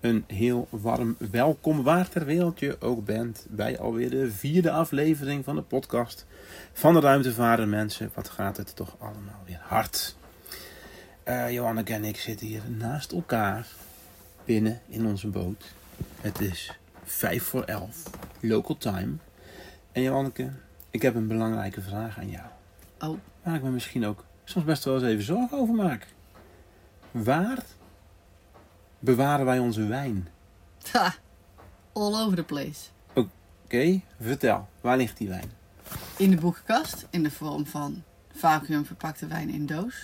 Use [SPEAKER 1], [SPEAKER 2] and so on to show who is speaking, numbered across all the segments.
[SPEAKER 1] een heel warm welkom waar ter wereld je ook bent bij alweer de 4e aflevering van de podcast van de Ruimtevaarder. Mensen, wat gaat het toch allemaal weer hard. Johanneke en ik zitten hier naast elkaar binnen in onze boot. Het is 11:05 local time. En Johanneke, ik heb een belangrijke vraag aan jou.
[SPEAKER 2] Oh.
[SPEAKER 1] Waar ik me misschien ook soms best wel eens even zorgen over maak. Waar bewaren wij onze wijn?
[SPEAKER 2] Ha, all over the place.
[SPEAKER 1] Oké, vertel. Waar ligt die wijn?
[SPEAKER 2] In de boekenkast, in de vorm van vacuümverpakte wijn in doos.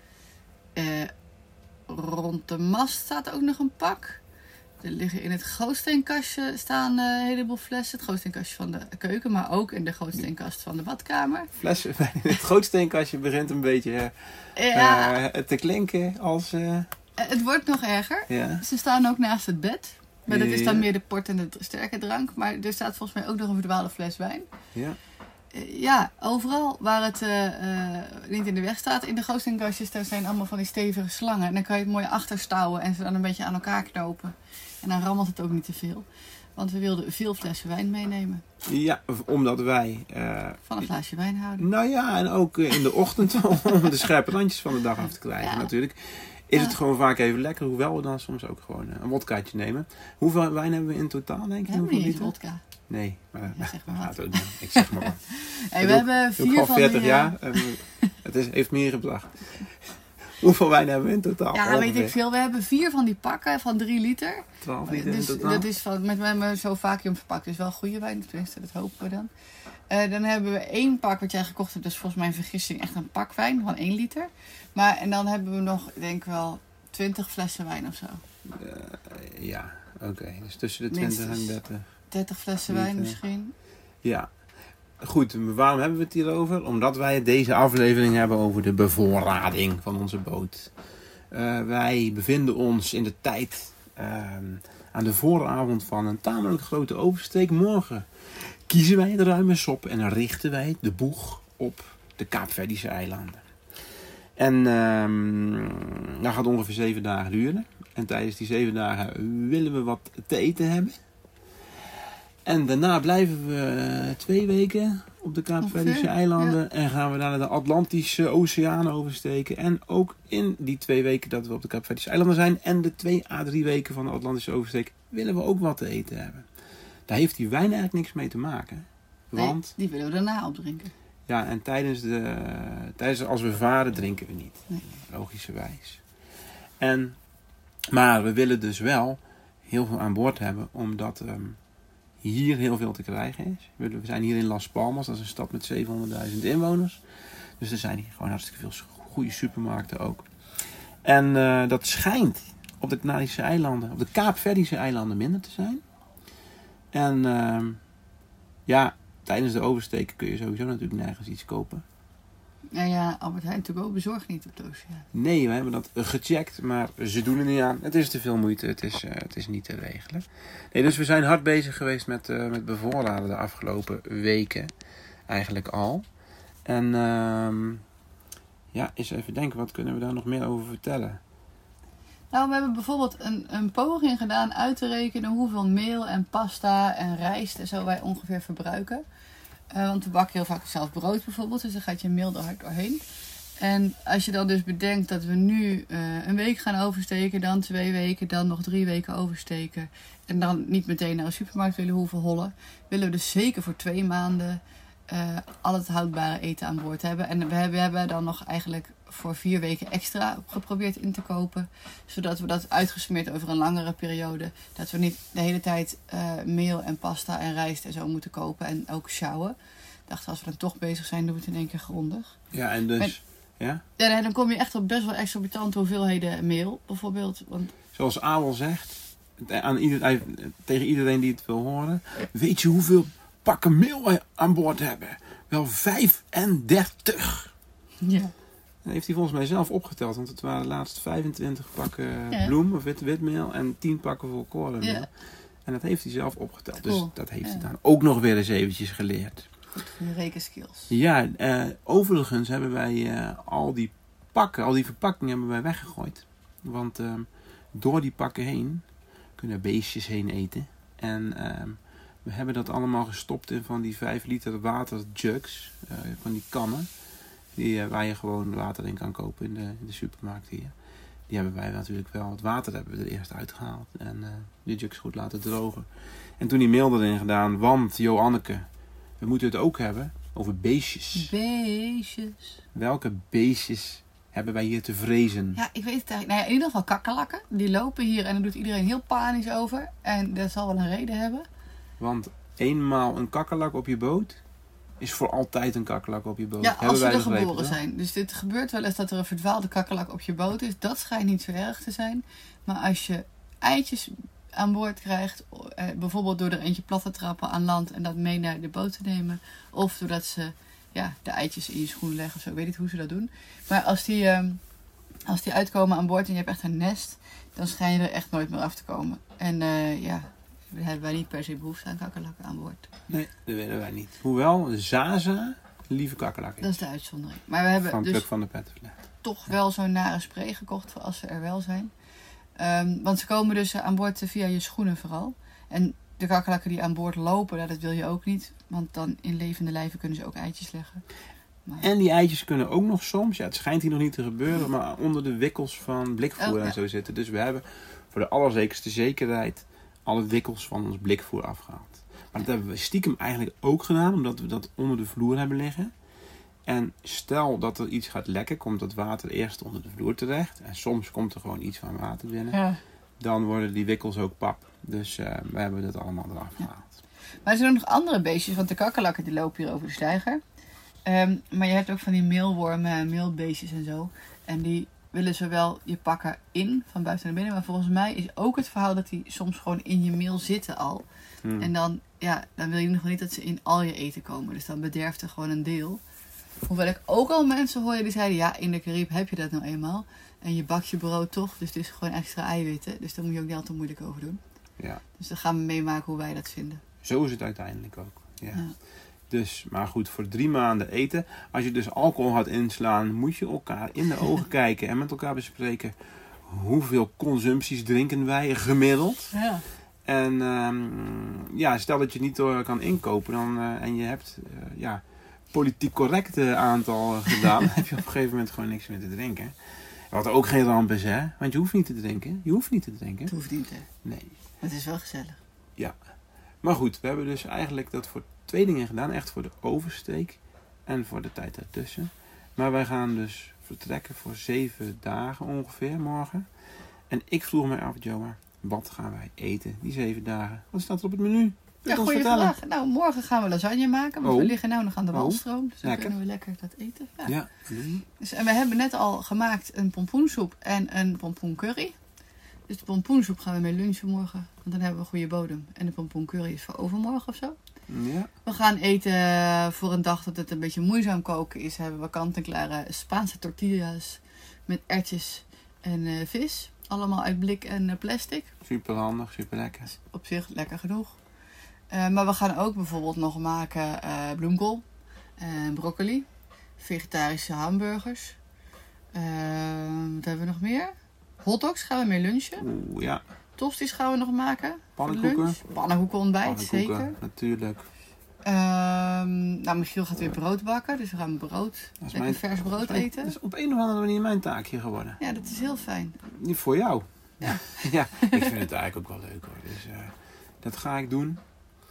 [SPEAKER 2] Rond de mast staat ook nog een pak. Er liggen in het gootsteenkastje staan een heleboel flessen. Het gootsteenkastje van de keuken, maar ook in de gootsteenkast van de badkamer.
[SPEAKER 1] Flessen in het gootsteenkastje begint een beetje te klinken als...
[SPEAKER 2] Het wordt nog erger.
[SPEAKER 1] Ja.
[SPEAKER 2] Ze staan ook naast het bed. Maar dat is dan
[SPEAKER 1] Ja.
[SPEAKER 2] meer de port en de sterke drank. Maar er staat volgens mij ook nog een verdwaalde fles wijn.
[SPEAKER 1] Ja.
[SPEAKER 2] Ja, overal waar het niet in de weg staat. In de gootsteenkastjes, daar zijn allemaal van die stevige slangen. En dan kan je het mooi achterstouwen en ze dan een beetje aan elkaar knopen. En dan rammelt het ook niet te veel. Want we wilden veel flessen wijn meenemen.
[SPEAKER 1] Ja, omdat wij...
[SPEAKER 2] Van een glaasje wijn houden.
[SPEAKER 1] Nou ja, en ook in de ochtend om de scherpe randjes van de dag af te krijgen
[SPEAKER 2] Ja.
[SPEAKER 1] natuurlijk. Is het gewoon vaak even lekker, hoewel we dan soms ook gewoon een wodkaatje nemen. Hoeveel wijn hebben we in totaal, denk je?
[SPEAKER 2] We hebben
[SPEAKER 1] Hoeveel
[SPEAKER 2] niet eens
[SPEAKER 1] liter?
[SPEAKER 2] vodka.
[SPEAKER 1] Nee, maar
[SPEAKER 2] Ja, zeg maar
[SPEAKER 1] gaat
[SPEAKER 2] wat.
[SPEAKER 1] ook niet. Ik zeg maar wat.
[SPEAKER 2] Hey, we hebben
[SPEAKER 1] Ik doe
[SPEAKER 2] 4
[SPEAKER 1] al
[SPEAKER 2] van
[SPEAKER 1] 40
[SPEAKER 2] die...
[SPEAKER 1] jaar en heeft meer gebracht. Hoeveel wijn hebben we in totaal?
[SPEAKER 2] Ja, weet ik
[SPEAKER 1] Ongeveer
[SPEAKER 2] veel. We hebben 4 van die pakken van 3 liter.
[SPEAKER 1] 12 liter
[SPEAKER 2] Dus
[SPEAKER 1] in totaal.
[SPEAKER 2] dat is van, met zo vacuüm verpakt. Dus wel goede wijn, tenminste, dat hopen we dan. Dan hebben we 1 pak wat jij gekocht hebt. Dat is volgens mij een vergissing. Echt een pak wijn van 1 liter. En dan hebben we nog, ik denk wel, 20 flessen wijn of zo.
[SPEAKER 1] Ja, oké. Dus tussen de 20 en
[SPEAKER 2] Minstens.
[SPEAKER 1] 30.
[SPEAKER 2] 30 flessen
[SPEAKER 1] Liter.
[SPEAKER 2] wijn misschien.
[SPEAKER 1] Ja. Goed, waarom hebben we het hierover? Omdat wij deze aflevering hebben over de bevoorrading van onze boot. Wij bevinden ons in de tijd aan de vooravond van een tamelijk grote oversteek. Morgen kiezen wij de ruime sop en richten wij de boeg op de Kaapverdische eilanden. En dat gaat ongeveer 7 dagen duren. En tijdens die 7 dagen willen we wat te eten hebben. En daarna blijven we 2 weken op de Kaapverdische
[SPEAKER 2] Ongeveer,
[SPEAKER 1] eilanden.
[SPEAKER 2] ja.
[SPEAKER 1] En gaan we naar de Atlantische Oceaan oversteken. En ook in die 2 weken dat we op de Kaapverdische eilanden zijn. En de 2 à 3 weken van de Atlantische oversteek willen we ook wat te eten hebben. Daar heeft die wijn eigenlijk niks mee te maken. Want,
[SPEAKER 2] Nee, die willen we daarna opdrinken.
[SPEAKER 1] ja, en tijdens als we varen drinken we niet.
[SPEAKER 2] Nee.
[SPEAKER 1] Logischerwijs. Maar we willen dus wel heel veel aan boord hebben. Omdat hier heel veel te krijgen is. We zijn hier in Las Palmas. Dat is een stad met 700.000 inwoners. Dus er zijn hier gewoon hartstikke veel goede supermarkten ook. En dat schijnt op de Canarische eilanden, op de Kaapverdische eilanden minder te zijn. En ja, tijdens de oversteken kun je sowieso natuurlijk nergens iets kopen.
[SPEAKER 2] Nou ja, Albert Heijn to go bezorgt niet op de oceaan.
[SPEAKER 1] Nee, we hebben dat gecheckt, maar ze doen er niet aan. Het is te veel moeite, het is niet te regelen. Nee, dus we zijn hard bezig geweest met bevoorraden de afgelopen weken. Eigenlijk al. En ja, eens even denken, wat kunnen we daar nog meer over vertellen?
[SPEAKER 2] Nou, we hebben bijvoorbeeld een poging gedaan uit te rekenen hoeveel meel en pasta en rijst en zo wij ongeveer verbruiken. Want we bakken heel vaak zelf brood bijvoorbeeld, dus dan gaat je meel er hard doorheen. En als je dan dus bedenkt dat we nu een week gaan oversteken, dan 2 weken, dan nog 3 weken oversteken. En dan niet meteen naar een supermarkt willen hoeven hollen. Willen we dus zeker voor 2 maanden al het houdbare eten aan boord hebben. En we hebben dan nog eigenlijk voor 4 weken extra geprobeerd in te kopen. Zodat we dat uitgesmeerd over een langere periode. Dat we niet de hele tijd meel en pasta en rijst en zo moeten kopen. En ook sjouwen. Ik dacht, als we dan toch bezig zijn, doen we het in één keer grondig.
[SPEAKER 1] Ja, en dus... Ja?
[SPEAKER 2] Ja, nee, dan kom je echt op best wel exorbitante hoeveelheden meel, bijvoorbeeld. Want
[SPEAKER 1] Zoals Abel zegt, tegen iedereen die het wil horen. Weet je hoeveel pakken meel wij aan boord hebben? Wel 35.
[SPEAKER 2] ja,
[SPEAKER 1] Dat heeft hij volgens mij zelf opgeteld. Want het waren laatst 25 pakken
[SPEAKER 2] Ja.
[SPEAKER 1] bloem of witmeel en 10 pakken volkorenmeel.
[SPEAKER 2] Ja.
[SPEAKER 1] En dat heeft hij zelf opgeteld. Dus
[SPEAKER 2] Cool.
[SPEAKER 1] dat heeft
[SPEAKER 2] Ja.
[SPEAKER 1] hij dan ook nog weer eens eventjes geleerd.
[SPEAKER 2] goed voor je rekenskills.
[SPEAKER 1] Ja, overigens hebben wij al die verpakkingen hebben wij weggegooid. Want door die pakken heen kunnen beestjes heen eten. En we hebben dat allemaal gestopt in van die 5 liter waterjugs. Van die kannen. Waar je gewoon water in kan kopen in de supermarkt hier. Die hebben wij natuurlijk wel. Het water hebben we er eerst uitgehaald. En die jugs goed laten drogen. En toen die mail erin gedaan. Want, Joanneke, we moeten het ook hebben over beestjes.
[SPEAKER 2] Beestjes.
[SPEAKER 1] Welke beestjes hebben wij hier te vrezen?
[SPEAKER 2] Ja, ik weet het eigenlijk. Nou ja, in ieder geval kakkerlakken. Die lopen hier en daar doet iedereen heel panisch over. En dat zal wel een reden hebben.
[SPEAKER 1] Want eenmaal een kakkerlak op je boot is voor altijd een kakkerlak op je boot.
[SPEAKER 2] Ja, als ze er
[SPEAKER 1] begrepen,
[SPEAKER 2] geboren zijn. Dus dit gebeurt wel eens dat er een verdwaalde kakkerlak op je boot is. Dat schijnt niet zo erg te zijn. Maar als je eitjes aan boord krijgt, bijvoorbeeld door er eentje plat te trappen aan land en dat mee naar de boot te nemen. Of doordat ze de eitjes in je schoen leggen of zo. Ik weet niet hoe ze dat doen. Maar als die uitkomen aan boord en je hebt echt een nest, dan schijn je er echt nooit meer af te komen. En daar hebben wij niet per se behoefte aan kakkerlakken aan boord.
[SPEAKER 1] Nee, dat willen wij niet. Hoewel, Zaza lieve kakkerlak is.
[SPEAKER 2] Dat is de uitzondering. Maar we hebben
[SPEAKER 1] Van
[SPEAKER 2] dus
[SPEAKER 1] Pluk van de Pettenfles.
[SPEAKER 2] toch wel zo'n nare spray gekocht voor als ze er wel zijn. Want ze komen dus aan boord via je schoenen vooral. En de kakkerlakken die aan boord lopen, dat wil je ook niet. Want dan in levende lijven kunnen ze ook eitjes leggen. Maar
[SPEAKER 1] En die eitjes kunnen ook nog soms, het schijnt hier nog niet te gebeuren, maar onder de wikkels van blikvoer en zo zitten. Dus we hebben voor de allerzekerste zekerheid alle wikkels van ons blikvoer afgehaald. Maar dat hebben we stiekem eigenlijk ook gedaan, omdat we dat onder de vloer hebben liggen. En stel dat er iets gaat lekken, komt dat water eerst onder de vloer terecht. En soms komt er gewoon iets van water binnen.
[SPEAKER 2] ja.
[SPEAKER 1] Dan worden die wikkels ook pap. Dus we hebben dat allemaal eraf gehaald.
[SPEAKER 2] Maar er zijn ook nog andere beestjes, want de kakkerlakken die lopen hier over de steiger. Maar je hebt ook van die meelwormen en meelbeestjes en zo. En die willen zowel je pakken in, van buiten naar binnen. Maar volgens mij is ook het verhaal dat die soms gewoon in je meel zitten al. En dan wil je nog niet dat ze in al je eten komen. Dus dan bederft er gewoon een deel. Hoewel ik ook al mensen hoorde die zeiden, ja, in de Caribe heb je dat nou eenmaal. En je bakt je brood toch, dus het is gewoon extra eiwitten. Dus daar moet je ook niet altijd moeilijk over doen.
[SPEAKER 1] Ja.
[SPEAKER 2] Dus dan gaan we meemaken hoe wij dat vinden.
[SPEAKER 1] Zo is het uiteindelijk ook. Ja.
[SPEAKER 2] Ja.
[SPEAKER 1] Dus, maar goed, voor 3 maanden eten. Als je dus alcohol gaat inslaan, moet je elkaar in de ogen kijken en met elkaar bespreken. Hoeveel consumpties drinken wij gemiddeld?
[SPEAKER 2] Ja.
[SPEAKER 1] En stel dat je niet kan inkopen dan, en je hebt politiek correcte aantal gedaan, dan heb je op een gegeven moment gewoon niks meer te drinken. Wat ook geen ramp is, hè? Want je hoeft niet te drinken. Je hoeft niet te drinken.
[SPEAKER 2] Het hoeft niet, hè.
[SPEAKER 1] Nee.
[SPEAKER 2] Maar het is wel gezellig.
[SPEAKER 1] Ja. Maar goed, we hebben dus eigenlijk dat voor 2 dingen gedaan. Echt voor de oversteek en voor de tijd ertussen. Maar wij gaan dus vertrekken voor 7 dagen ongeveer morgen. En ik vroeg mij af, Joa, wat gaan wij eten die 7 dagen? Wat staat er op het menu?
[SPEAKER 2] Ja, goeie vraag. Nou, morgen gaan we lasagne maken. Want we liggen nou nog aan de walstroom. Dus dan
[SPEAKER 1] lekker.
[SPEAKER 2] kunnen we lekker dat eten. Ja.
[SPEAKER 1] Ja.
[SPEAKER 2] Dus, en we hebben net al gemaakt een pompoensoep en een pompoencurry. Dus de pompoensoep gaan we mee lunchen morgen. Want dan hebben we een goede bodem. En de pompoencurry is voor overmorgen of zo.
[SPEAKER 1] Ja.
[SPEAKER 2] We gaan eten voor een dag dat het een beetje moeizaam koken is. Hebben we kant-en-klare Spaanse tortillas met erwtjes en vis. Allemaal uit blik en plastic.
[SPEAKER 1] Super handig, super lekker.
[SPEAKER 2] Op zich lekker genoeg. Maar we gaan ook bijvoorbeeld nog maken bloemkool en broccoli. Vegetarische hamburgers. Wat hebben we nog meer? Hotdogs gaan we mee lunchen.
[SPEAKER 1] Oeh, ja.
[SPEAKER 2] Toasties gaan we nog maken.
[SPEAKER 1] Pannenkoeken.
[SPEAKER 2] Lunch. Pannenkoeken ontbijt, zeker.
[SPEAKER 1] Natuurlijk.
[SPEAKER 2] Michiel gaat weer brood bakken. Dus we gaan brood, lekker vers brood eten.
[SPEAKER 1] Dat is op een of andere manier mijn taakje geworden.
[SPEAKER 2] Ja, dat is heel fijn.
[SPEAKER 1] Niet voor jou.
[SPEAKER 2] Ja.
[SPEAKER 1] Ja, ik vind het eigenlijk ook wel leuk hoor. Dus dat ga ik doen.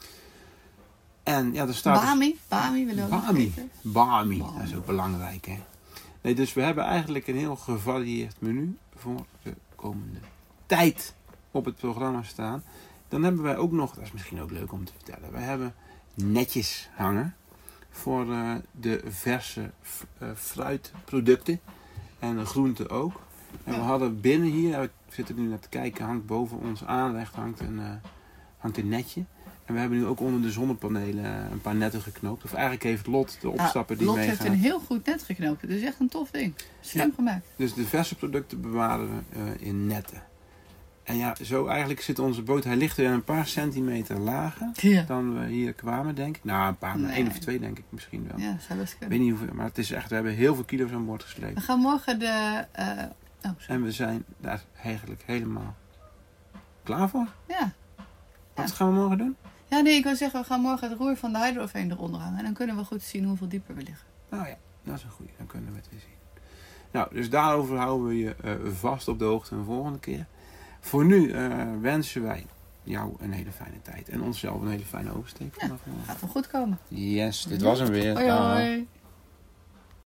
[SPEAKER 1] En ja, er staat...
[SPEAKER 2] Bami willen we ook eten.
[SPEAKER 1] Bami, dat is ook belangrijk hè. Nee, dus we hebben eigenlijk een heel gevarieerd menu voor de komende tijd op het programma staan. Dan hebben wij ook nog, dat is misschien ook leuk om te vertellen, wij hebben netjes hangen voor de verse fruitproducten en de groenten ook. En we hadden binnen hier, ik zit er nu naar te kijken, hangt boven ons aanrecht hangt een netje. En we hebben nu ook onder de zonnepanelen een paar netten geknoopt. Of eigenlijk heeft Lot, de opstapper die meegaat.
[SPEAKER 2] Lot heeft een heel goed net geknoopt. Het is echt een tof ding. Slim gemaakt.
[SPEAKER 1] Dus de verse producten bewaren we in netten. En ja, zo eigenlijk zit onze boot, hij ligt er een paar centimeter lager dan we hier kwamen, denk ik. Nou, een paar, 1 of 2 denk ik misschien wel.
[SPEAKER 2] Ja, dat zou best
[SPEAKER 1] Ik
[SPEAKER 2] kunnen.
[SPEAKER 1] weet niet hoeveel, maar het is echt, we hebben heel veel kilo's aan boord gesleept.
[SPEAKER 2] We gaan morgen
[SPEAKER 1] En we zijn daar eigenlijk helemaal Klaar voor?
[SPEAKER 2] Ja.
[SPEAKER 1] Wat gaan we morgen doen?
[SPEAKER 2] Ja, nee, ik wil zeggen, we gaan morgen het roer van de hydroveen eronder hangen. En dan kunnen we goed zien hoeveel dieper we liggen.
[SPEAKER 1] Nou ja, dat is een goeie. Dan kunnen we het weer zien. Nou, dus daarover houden we je vast op de hoogte een volgende keer. Voor nu wensen wij jou een hele fijne tijd. En onszelf een hele fijne oversteek.
[SPEAKER 2] Ja, gaat wel goed komen.
[SPEAKER 1] Yes, dit was hem weer.
[SPEAKER 2] Hoi hoi.